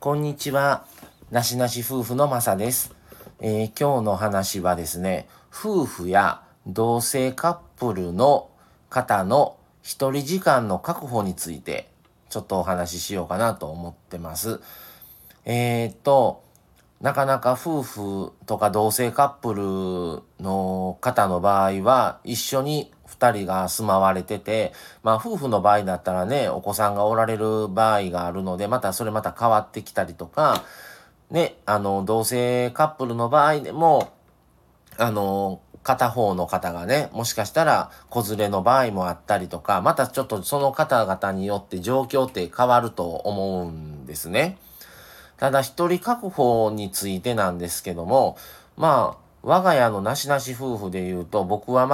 こんにちは。なしなし夫婦のまさです。今日の話はですね、夫婦や同性カップルの方の一人時間の確保についてちょっとお話ししようかなと思ってます。なかなか夫婦とか同性カップルの方の場合は一緒に二人が住まわれてて、夫婦の場合だったらね、お子さんがおられる場合があるので、また変わってきたりとか、ね、同性カップルの場合でも、片方の方がね、もしかしたら子連れの場合もあったりとか、またちょっとその方々によって状況って変わると思うんですね。ただ一人確保についてなんですけども、我が家のなしなし夫婦で言うと、僕は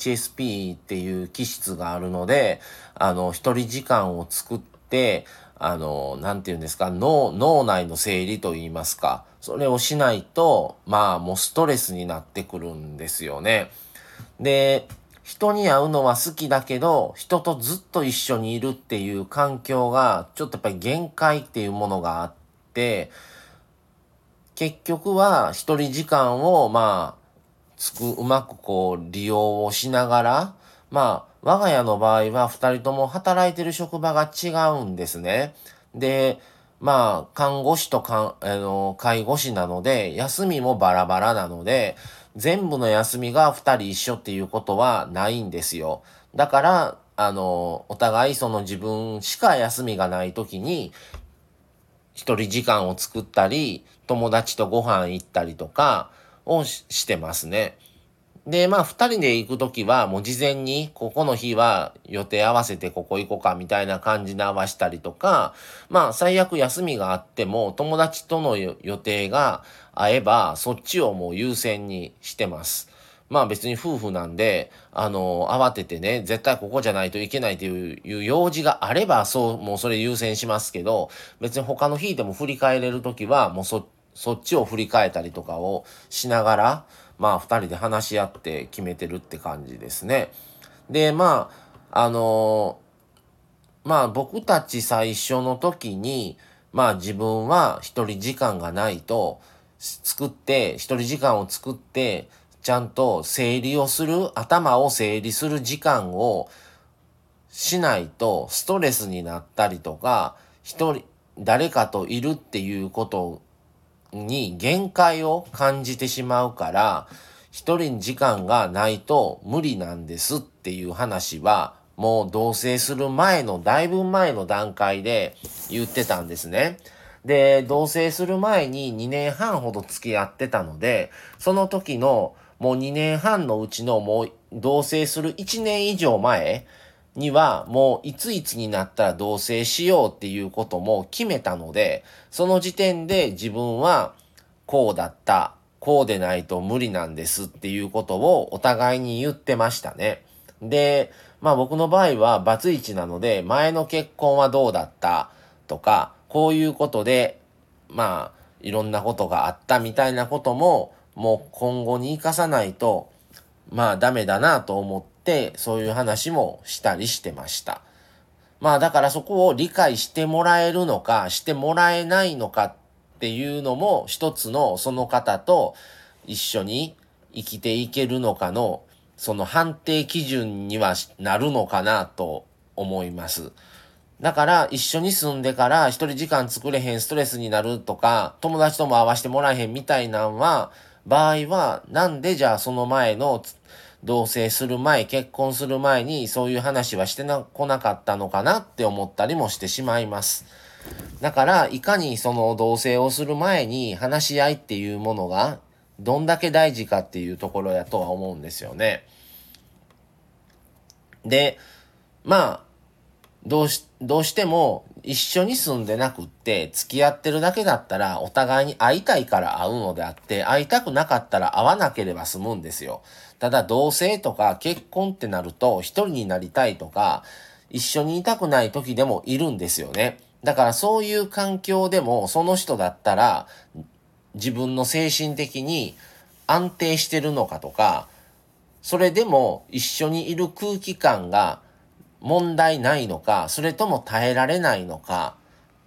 HSP っていう気質があるので、一人時間を作って、なんて言うんですか、脳内の整理と言いますか、それをしないと、もうストレスになってくるんですよね。で、人に会うのは好きだけど、人とずっと一緒にいるっていう環境が、ちょっとやっぱり限界っていうものがあって、結局は一人時間をうまく利用をしながら、我が家の場合は二人とも働いてる職場が違うんですね。で、看護師と介護士なので、休みもバラバラなので、全部の休みが二人一緒っていうことはないんですよ。だから、お互いその自分しか休みがない時に、一人時間を作ったり、友達とご飯行ったりとかをしてますね。で、二人で行くときは、もう事前に、ここの日は予定合わせてここ行こうかみたいな感じで合わしたりとか、最悪休みがあっても、友達との予定が合えば、そっちをもう優先にしてます。別に夫婦なんで、慌ててね、絶対ここじゃないといけないという用事があれば、もうそれ優先しますけど、別に他の日でも振り返れるときは、もうそっちを振り返ったりとかをしながら、二人で話し合って決めてるって感じですね。で、僕たち最初の時に、自分は一人時間がないと、一人時間を作って、ちゃんと頭を整理する時間をしないと、ストレスになったりとか、誰かといるっていうことに限界を感じてしまうから、一人時間がないと無理なんですっていう話は、もう同棲するだいぶ前の段階で言ってたんですね。で、同棲する前に2年半ほど付き合ってたので、その時のもう2年半のうちのもう同棲する1年以上前にはもういついつになったら同棲しようっていうことも決めたので、その時点で自分はこうだった、こうでないと無理なんですっていうことをお互いに言ってましたね。で、僕の場合はバツイチなので、前の結婚はどうだったとか、こういうことで、いろんなことがあったみたいなことも、もう今後に生かさないと、ダメだなと思って、そういう話もしたりしてました。だからそこを理解してもらえるのか、してもらえないのかっていうのも一つのその方と一緒に生きていけるのかの、その判定基準にはなるのかなと思います。だから一緒に住んでから一人時間作れへんストレスになるとか、友達とも会わせてもらえへんみたいなんは、場合はなんでじゃあその前の同棲する前、結婚する前にそういう話はこなかったのかなって思ったりもしてしまいます。だから、いかにその同棲をする前に話し合いっていうものがどんだけ大事かっていうところやとは思うんですよね。で、まあ、どうしても一緒に住んでなくって付き合ってるだけだったらお互いに会いたいから会うのであって会いたくなかったら会わなければ済むんですよ。ただ同棲とか結婚ってなると一人になりたいとか一緒にいたくない時でもいるんですよね。だからそういう環境でもその人だったら自分の精神的に安定してるのかとか、それでも一緒にいる空気感が問題ないのか、それとも耐えられないのか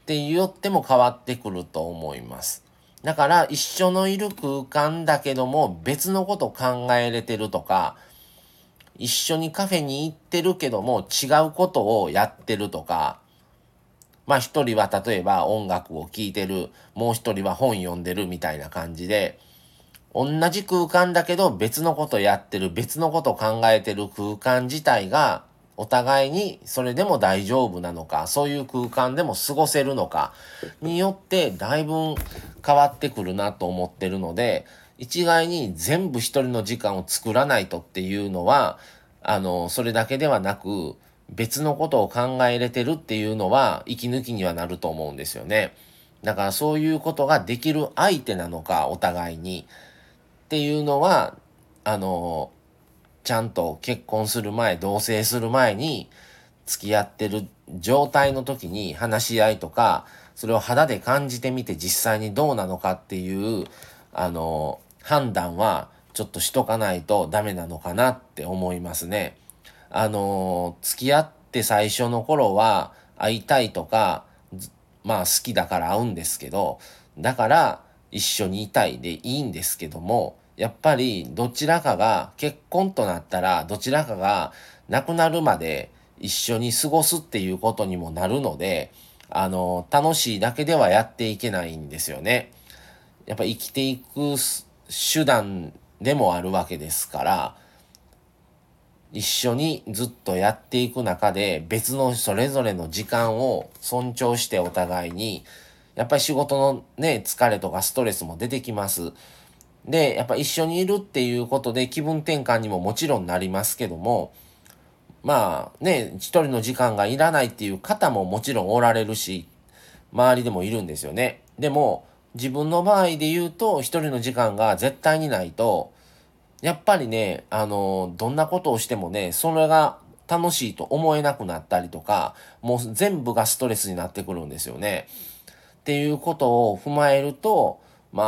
ってよっても変わってくると思います。だから一緒のいる空間だけども別のこと考えれてるとか、一緒にカフェに行ってるけども違うことをやってるとか、まあ一人は例えば音楽を聴いてる、もう一人は本読んでるみたいな感じで、同じ空間だけど別のことやってる、別のこと考えてる空間自体がお互いにそれでも大丈夫なのか、そういう空間でも過ごせるのかによってだいぶ変わってくるなと思ってるので、一概に全部一人の時間を作らないとっていうのは、それだけではなく、別のことを考えれてるっていうのは息抜きにはなると思うんですよね。だからそういうことができる相手なのか、お互いに。っていうのは、ちゃんと結婚する前、同棲する前に付き合ってる状態の時に話し合いとか、それを肌で感じてみて実際にどうなのかっていう、判断はちょっとしとかないとダメなのかなって思いますね。付き合って最初の頃は会いたいとか、まあ好きだから会うんですけど、だから一緒にいたいでいいんですけども、やっぱりどちらかが結婚となったらどちらかが亡くなるまで一緒に過ごすっていうことにもなるので、楽しいだけではやっていけないんですよね。やっぱ生きていく手段でもあるわけですから、一緒にずっとやっていく中で別のそれぞれの時間を尊重してお互いに、やっぱり仕事のね、疲れとかストレスも出てきます。で、やっぱ一緒にいるっていうことで気分転換にももちろんなりますけども、まあね、一人の時間がいらないっていう方ももちろんおられるし、周りでもいるんですよね。でも、自分の場合で言うと、一人の時間が絶対にないと、やっぱりね、どんなことをしてもね、それが楽しいと思えなくなったりとか、もう全部がストレスになってくるんですよね。っていうことを踏まえると、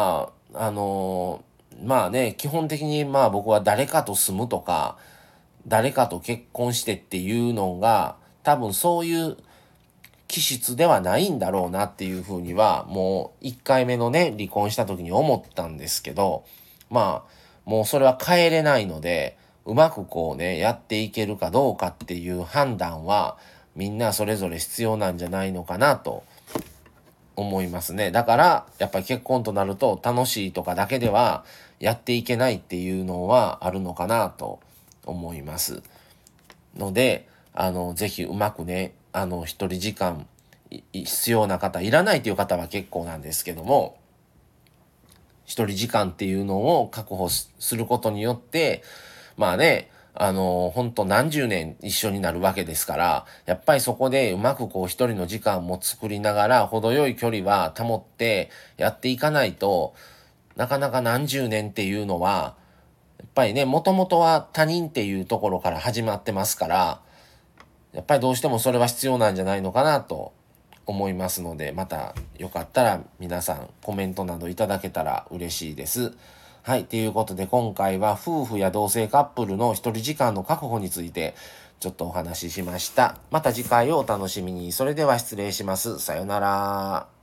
まあね、基本的にまあ僕は誰かと住むとか、誰かと結婚してっていうのが、多分そういう気質ではないんだろうなっていうふうには、もう1回目のね、離婚した時に思ったんですけど、まあ、もうそれは変えれないので、うまくこうね、やっていけるかどうかっていう判断は、みんなそれぞれ必要なんじゃないのかなと思いますね。だから、やっぱり結婚となると楽しいとかだけではやっていけないっていうのはあるのかなと思います。ので、ぜひうまくね、一人時間必要な方、いらないという方は結構なんですけども、一人時間っていうのを確保することによって、まあね、ほんと何十年一緒になるわけですから、やっぱりそこでうまくこう一人の時間も作りながら、程よい距離は保ってやっていかないと、なかなか何十年っていうのは、やっぱりね、もともとは他人っていうところから始まってますから、やっぱりどうしてもそれは必要なんじゃないのかなと思いますので、またよかったら皆さんコメントなどいただけたら嬉しいです。はい。ということで今回は夫婦や同性カップルの一人時間の確保についてちょっとお話ししました。また次回をお楽しみに。それでは失礼します。さよなら。